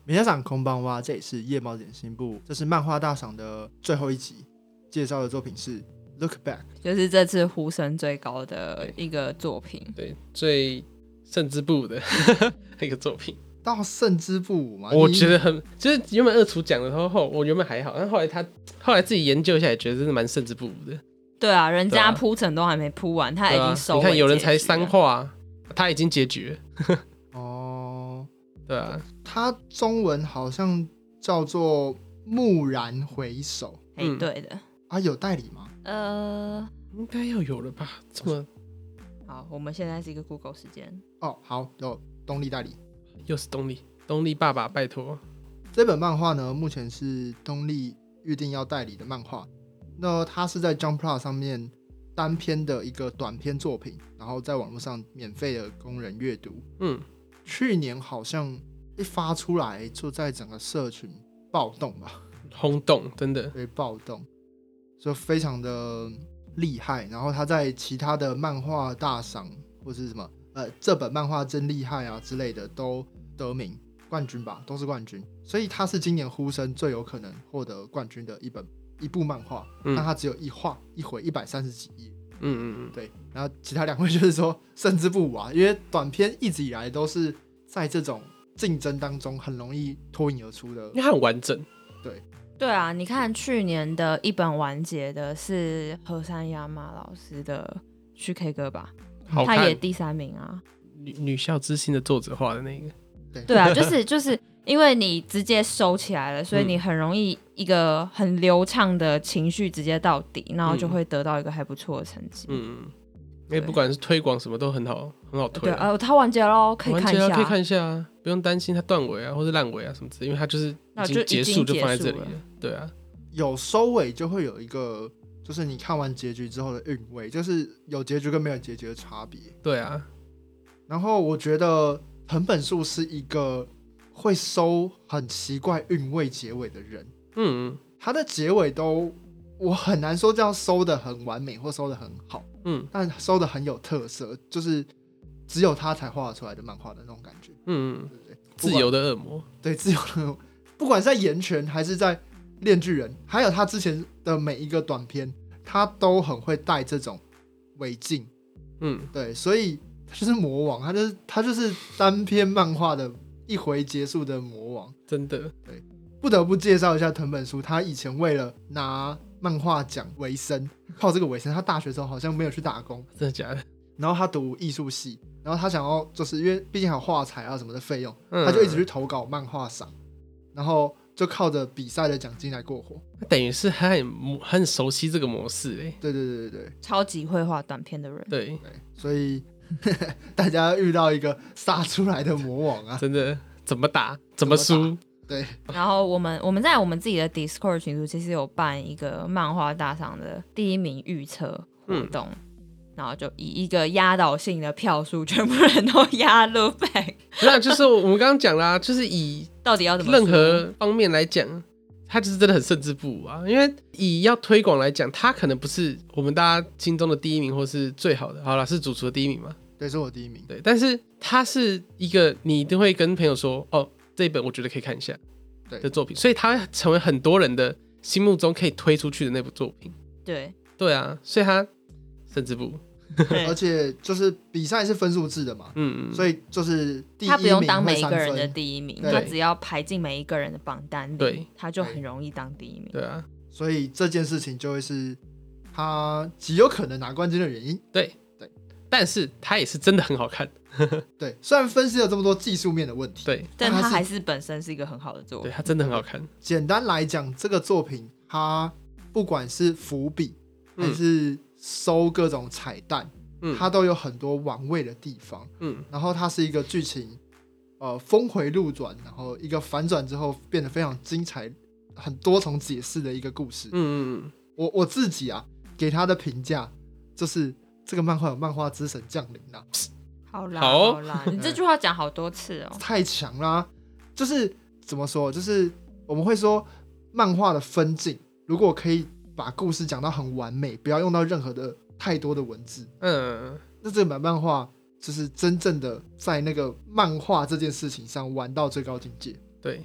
皆さんこんばんは，这里是夜猫点心部，这是漫画大赏的最后一集，介绍的作品是 Look Back， 就是这次呼声最高的一个作品， 对，最胜之不武的一个作品。 到胜之不武吗？ 我觉得很，就是原本二厨讲的时候，我原本还好，但后来自己研究一下，也觉得真的蛮胜之不武的。 对啊，人家铺陈都还没铺完，他已经收尾你看有人才结局了 3话，他已经结局了。 哦， 对啊， 它中文好像叫做蓦然回首对的啊，有代理吗？ 应该要有了吧？这么好，我们现在是一个 Google 时间。 哦，好，有东立代理。 又是东立爸爸，拜托。 这本漫画呢，目前是东立预定要代理的漫画。那它是在 Jump Plus 上面单篇的一个短篇作品，然后在网络上免费的供人阅读。去年好像一发出来就在整个社群暴动吧， 轰动，真的。 对，暴动，就非常的厉害。然后他在其他的漫画大赏或是什么这本漫画真厉害啊之类的都得名冠军吧，都是冠军。所以他是今年呼声最有可能获得冠军的一部漫画，但他只有一话一回130几页。对。然后其他2位就是说胜之不武啊，因为短篇一直以来都是在这种竞争当中很容易脱颖而出的， 因为它很完整。 对啊，你看去年的一本完结的是河山亚马老师的《去 K 歌》吧， 好看， 他也第3名啊。 女校之心的作者画的那个。 对啊，就是因为你直接收起来了，所以你很容易一个很流畅的情绪直接到底，然后就会得到一个还不错的成绩。 因为不管是推广什么都很好推。 对他完结咯，可以看一下， 可以看一下啊，不用担心它断尾啊或是烂尾啊什么之类，因为它就是已经结束就放在这里了。对啊， 有收尾就会有一个，就是你看完结局之后的韵味，就是有结局跟没有结局的差别。 对啊， 然后我觉得藤本树是一个会收很奇怪韵味结尾的人。他的结尾都我很难说叫收的很完美或收的很好，但收的很有特色，就是只有他才画得出来的漫画的那种感觉。对对， 自由的恶魔， 对，自由的恶魔，不管是在岩泉还是在炼巨人，还有他之前的每一个短片，他都很会带这种违禁。对，所以他就是魔王，他就是单篇漫画的一回结束的魔王， 真的。 对，不得不介绍一下藤本树，他以前为了拿漫画奖为生，靠这个为生，他大学的时候好像没有去打工， 真的假的？ 然后他读艺术系，然后他想要就是因为毕竟还有画材啊什么的费用，他就一直去投稿漫画赏，然后就靠着比赛的奖金来过活。 等于是他很熟悉这个模式欸。 对， 超级会画短片的人。 对， 所以大家遇到一个杀出来的魔王啊， 真的怎么打怎么输。 对，然后我们在我们自己的 Discord 群组其实有办一个漫画大赏的第1名预测活动，然后就以一个压倒性的票数，全部人都压 Look Back。 那就是我们刚刚讲啦，就是以到底要怎么任何方面来讲，他就是真的很胜之不武啊。因为以要推广来讲，他可能不是我们大家心中的第1名或是最好的。好啦，是主厨的第1名嘛？ 对，是我第1名。 对，但是他是一个你一定会跟朋友说，哦，这一本我觉得可以看一下的作品，所以他会成为很多人的心目中可以推出去的那部作品。对啊，所以他胜之不武。 而且就是比赛是分数制的嘛，所以就是第1名他不用当每一个人的第1名，他只要排进每一个人的榜单里， 对， 他就很容易当第1名。 对啊， 所以这件事情就会是他极有可能拿冠军的原因。 对，但是他也是真的很好看。 对，虽然分析了这么多技术面的问题， 对， 但他还是本身是一个很好的作品。 对，他真的很好看。 简单来讲，这个作品它不管是伏笔还是收各种彩蛋，它都有很多玩味的地方。然后它是一个剧情峰回路转，然后一个反转之后变得非常精彩，很多重解释的一个故事。我自己啊给他的评价就是这个漫画有漫画之神降临啦。 好啦好啦，你这句话讲好多次哦， 太强啦！就是怎么说，就是我们会说漫画的分镜，如果可以把故事讲到很完美，不要用到任何的太多的文字，那这本漫画就是真正的在那个漫画这件事情上玩到最高境界。 对，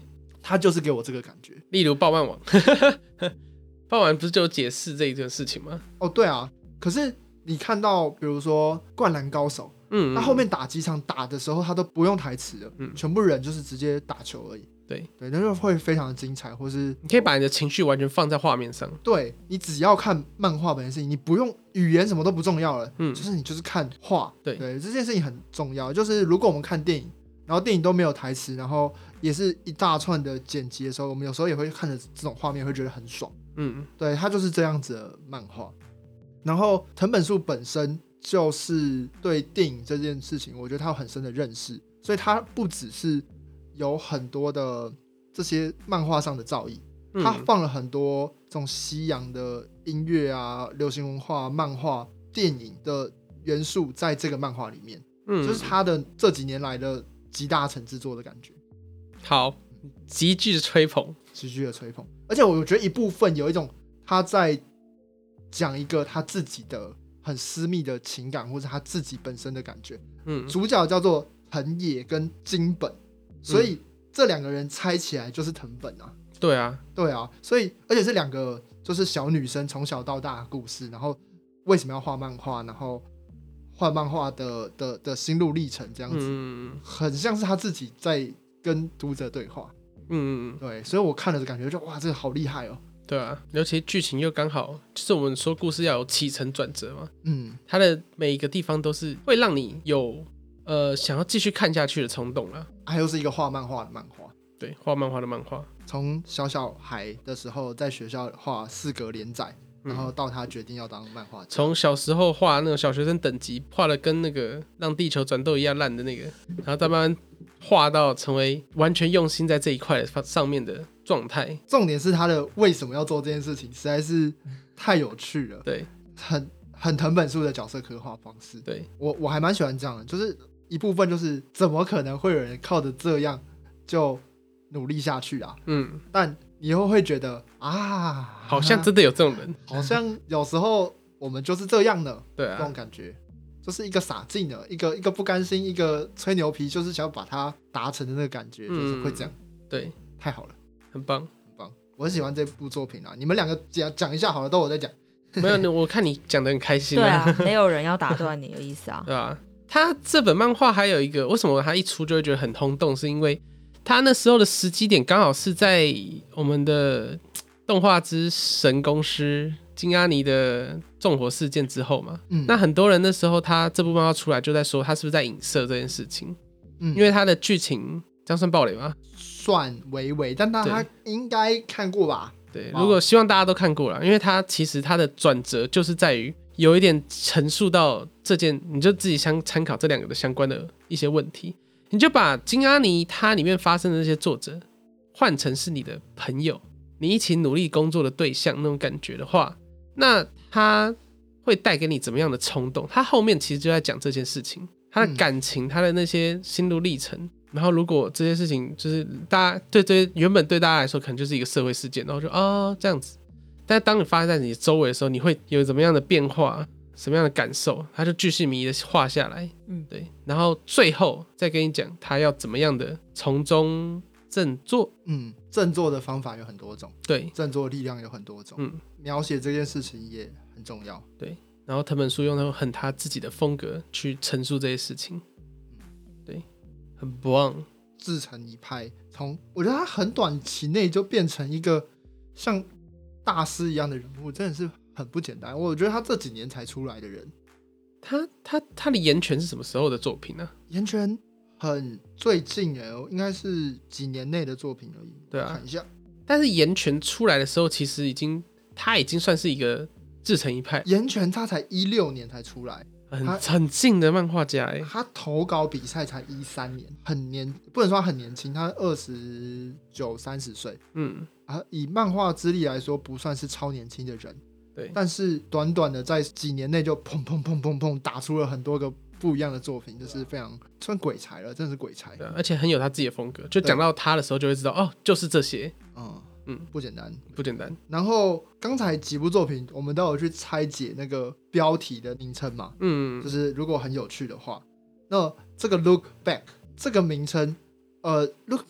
他就是给我这个感觉。 例如爆漫王，爆漫不是就有解释这一件事情吗？ 哦，对啊，可是你看到比如说灌篮高手，他后面打几场打的时候他都不用台词了，全部人就是直接打球而已。对，那就会非常的精彩，或是你可以把你的情绪完全放在画面上。 对，你只要看漫画本身事情，你不用语言什么都不重要了，就是你就是看画。对，这件事情很重要。就是如果我们看电影，然后电影都没有台词，然后也是一大串的剪辑的时候，我们有时候也会看着这种画面会觉得很爽。对，它就是这样子的漫画。然后藤本树本身就是对电影这件事情，我觉得他有很深的认识，所以他不只是有很多的这些漫画上的造诣，他放了很多这种西洋的音乐啊、流行文化、漫画、电影的元素在这个漫画里面，就是他的这几年来的集大成之作的感觉。 好，极具的吹捧， 而且我觉得一部分有一种他在讲一个他自己的很私密的情感，或者他自己本身的感觉。主角叫做藤野跟金本。所以这两个人猜起来就是藤本啊。 对啊， 所以而且是两个就是小女生从小到大的故事，然后为什么要画漫画，然后画漫画的心路历程这样子，很像是他自己在跟读者对话。对，所以我看了的感觉就哇，这个好厉害哦。 对啊，尤其剧情又刚好，就是我们说故事要有起承转折嘛。它的每一个地方都是会让你有想要继续看下去的冲动啦。 还有是一个画漫画的漫画。 对，画漫画的漫画， 从小孩的时候在学校画4格连载，然后到他决定要当漫画家， 从小时候画那个小学生等级，画的跟那个让地球转动一样烂的那个，然后再慢慢画到成为完全用心在这一块上面的状态。 重点是他的为什么要做这件事情实在是太有趣了。 对， 很藤本树的角色刻画方式。 对， 我还蛮喜欢这样的，就是一部分就是怎么可能会有人靠着这样就努力下去啊？但你又会觉得啊， 好像真的有这种人， 好像有时候我们就是这样的。 对啊， 这种感觉就是一个洒劲的，一个不甘心，一个吹牛皮，就是想要把它达成的那个感觉，就是会这样。 对， 太好了， 很棒， 很棒，我很喜欢这部作品啊。你们两个讲一下好了，都我在讲。 没有，我看你讲得很开心。 对啊，没有人要打断你的意思啊。 对啊，他这本漫画还有一个，为什么他一出就会觉得很轰动，是因为他那时候的时机点刚好是在我们的动画之神公司金阿尼的纵火事件之后嘛。那很多人那时候他这部漫画出来就在说他是不是在影射这件事情。因为他的剧情这样算爆雷吗？ 算微微，但大家应该看过吧。 对，如果希望大家都看过了，因为他其实他的转折就是在于有一点陈述到这件，你就自己参考这两个的相关的一些问题，你就把金阿尼他里面发生的那些作者换成是你的朋友，你一起努力工作的对象那种感觉的话，那他会带给你怎么样的冲动？他后面其实就在讲这件事情，他的感情，他的那些心路历程。然后如果这些事情就是大家对这些原本对大家来说可能就是一个社会事件，然后就这样子，但当你发生在你周围的时候，你会有怎么样的变化，什么样的感受，他就巨细靡遗的画下来。对，然后最后再跟你讲他要怎么样的从中振作。 振作的方法有很多种， 对， 振作的力量有很多种，描写这件事情也很重要。 对，然后藤本树用很他自己的风格去陈述这些事情。对，很棒， 自成一派。我觉得他很短期内就变成一个像大师一样的人物，真的是很不简单。我觉得他这几年才出来的人。 他的岩泉是什么时候的作品呢？ 岩泉很最近应该是几年内的作品而已。对啊，看一下。 但是岩泉出来的时候，其实他已经算是一个自成一派。 岩泉他才16年才出来。 很近的漫画家他投稿比赛才13年，不能说他很年轻，他29、30岁。以漫画资历来说，不算是超年轻的人。对，但是短短的在几年内就砰砰砰砰砰打出了很多个不一样的作品，就是非常算鬼才了，真的是鬼才。 而且很有他自己的风格，就讲到他的时候就会知道，就是这些。 不简单， 不简单。 然后刚才几部作品，我们都有去拆解那个标题的名称嘛，就是如果很有趣的话，那这个 Look Back 这个名称，Look Back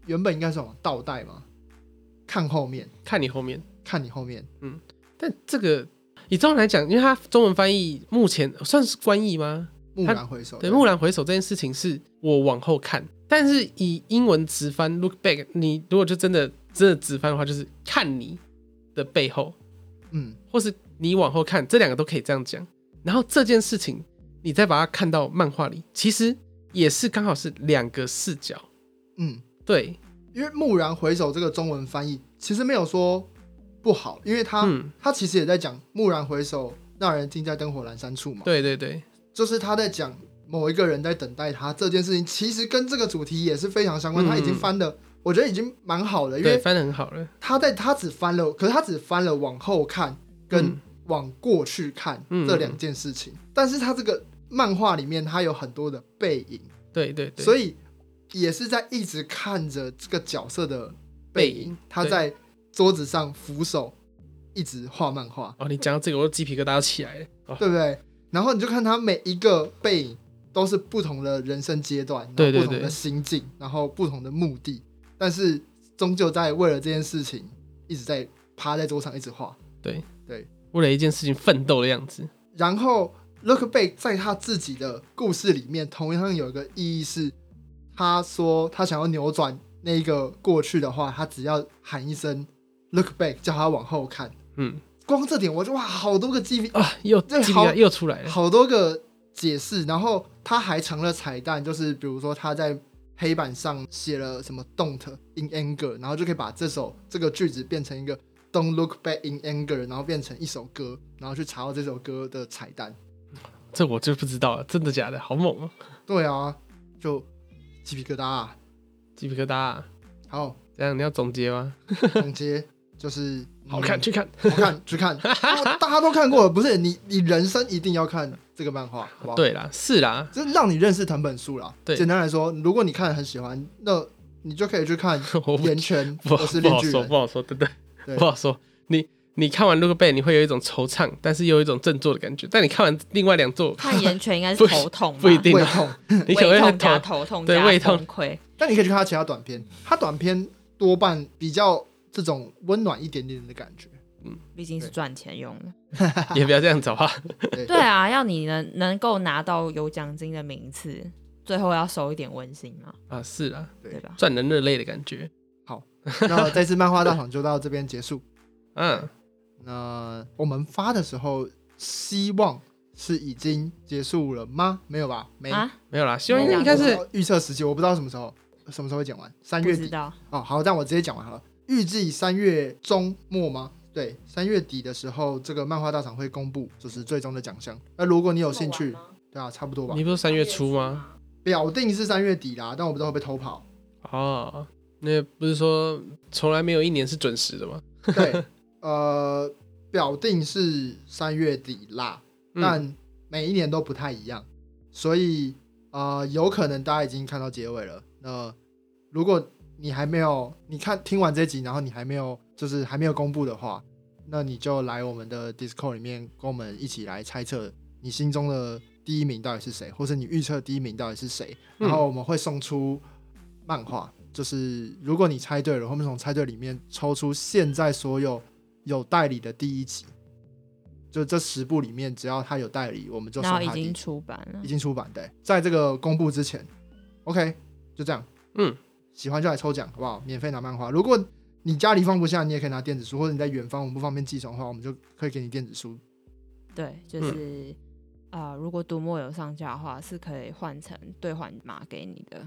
原本应该是什么倒带嘛，看后面， 看你后面， 但这个以中文来讲，因为它中文翻译目前算是官译吗？ 蓦然回首， 对，蓦然回首这件事情是我往后看，但是以英文直翻 look back， 你如果就真的直翻的话，就是看你的背后，或是你往后看，这两个都可以这样讲。然后这件事情，你再把它看到漫画里，其实也是刚好是两个视角，对， 因为蓦然回首这个中文翻译其实没有说不好，因为他其实也在讲蓦然回首，那人静在灯火阑珊处嘛， 对对对。 就是他在讲某一个人在等待他这件事情，其实跟这个主题也是非常相关。他已经翻的，我觉得已经蛮好了，因为翻的很好了。 他只翻了，可是他只翻了往后看跟往过去看这两件事情。但是他这个漫画里面，他有很多的背影， 对对对， 所以也是在一直看着这个角色的背影。他在桌子上扶手，一直画漫画。 哦，你讲到这个，我鸡皮疙瘩要起来了， 对不对？然后你就看他每一个背影都是不同的人生阶段，然后不同的心境，然后不同的目的，但是终究在为了这件事情一直在趴在桌上一直画，对， 为了一件事情奋斗的样子。 然后 Look Back 在他自己的故事里面，同样有一个意义是，他说他想要扭转那个过去的话，他只要喊一声 Look Back， 叫他往后看，光这点我就哇，好多个鸡皮啊， 又出来了， 好多个解释。然后他还藏了彩蛋，就是比如说他在黑板上写了什么 Don't in anger， 然后就可以把这个句子变成一个 Don't look back in anger， 然后变成一首歌，然后去查到这首歌的彩蛋。 这我就不知道了，真的假的？好猛哦！ 对啊，就鸡皮疙瘩啊， 鸡皮疙瘩啊。 好， 这样你要总结吗？ 总结就是好看，去看， 好看，去看。大家都看过了，不是你人生一定要看这个漫画，好不好？ 对啦，是啦， 就是让你认识藤本树啦。 对， 简单来说，如果你看得很喜欢，那你就可以去看岩泉或是链锯人。 不好说，对，不好说。你看完 Look Back， 你会有一种惆怅，但是又有一种振作的感觉。但你看完另外两作， 看岩泉应该是头痛吧， 不一定胃痛， 你可能会加头痛， 对，胃痛。 但你可以去看他其他短片，他短片多半比较这种温暖一点点的感觉。 毕竟是赚钱用的， 也不要这样走啊。 对啊，要你能够拿到有奖金的名次，最后要收一点温馨嘛。 啊，是啦， 对吧？ 赚人热泪的感觉。 好，那这次漫画大赏就到这边结束。那我们发的时候，希望是已经结束了吗？没有吧？没有啦。希望应该是预测时期，我不知道什么时候会讲完。3月底。 不知道。 哦，好，这样我直接讲完好了。预计3月中末吗？对，3月底的时候，这个漫画大赏会公布，就是最终的奖项。那如果你有兴趣，对啊，差不多吧。 你不是3月初吗？ 表定是3月底啦，但我不知道会不会偷跑。 哦，那不是说从来没有一年是准时的吗？ 对，表定是3月底啦，但每一年都不太一样，所以有可能大家已经看到结尾了。那如果你还没有，听完这集，然后你还没有公布的话，那你就来我们的 Discord 里面跟我们一起来猜测你心中的第一名到底是谁，或是你预测第一名到底是谁。然后我们会送出漫画，就是如果你猜对了，我们从猜对里面抽出现在所有代理的第一集，就这10部里面，只要他有代理，我们就送他第一集。 然后已经出版了， 已经出版，对，在这个公布之前 ，OK， 就这样。喜欢就来抽奖，好不好？免费拿漫画。如果你家里放不下，你也可以拿电子书，或者你在远方我们不方便寄送的话，我们就可以给你电子书。 对，就是如果读墨有上架的话，是可以换成兑换码给你的。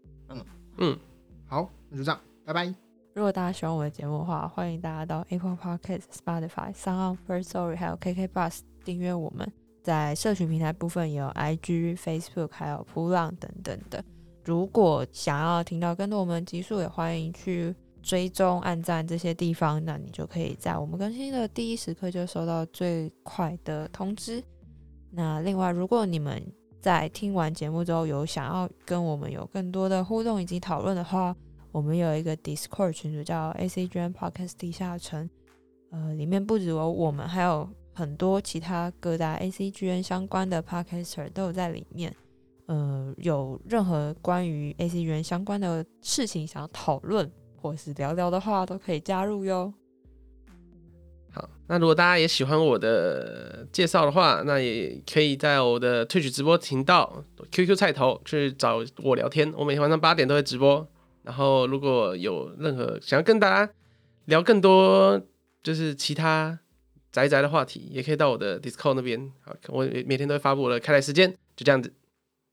好，那就这样，拜拜。 如果大家喜欢我的节目的话，欢迎大家到 Apple Podcast、Spotify、SoundOn、Firstory 还有 KKBOX 订阅我们。在社群平台部分也有 IG、Facebook 还有噗浪等等的。如果想要听到更多我们的集数，也欢迎去追踪、按赞这些地方，那你就可以在我们更新的第一时刻就收到最快的通知。那另外，如果你们在听完节目之后有想要跟我们有更多的互动以及讨论的话，我们有一个 Discord 群组叫 ACGN Podcast 地下城，里面不只有我们，还有很多其他各大 ACGN 相关的 Podcaster 都有在里面。 有任何关于 AC 语言相关的事情想要讨论或是聊聊的话，都可以加入哟。 好，那如果大家也喜欢我的介绍的话，那也可以在我的Twitch直播频道 QQ 菜头去找我聊天，我每天晚上8点都会直播。然后如果有任何想要跟大家聊更多就是其他宅的话题，也可以到我的 Discord 那边，我每天都会发布我的开台时间，就这样子。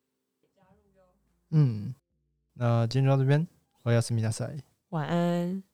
那今天就到这边，我要是米大赛， 晚安。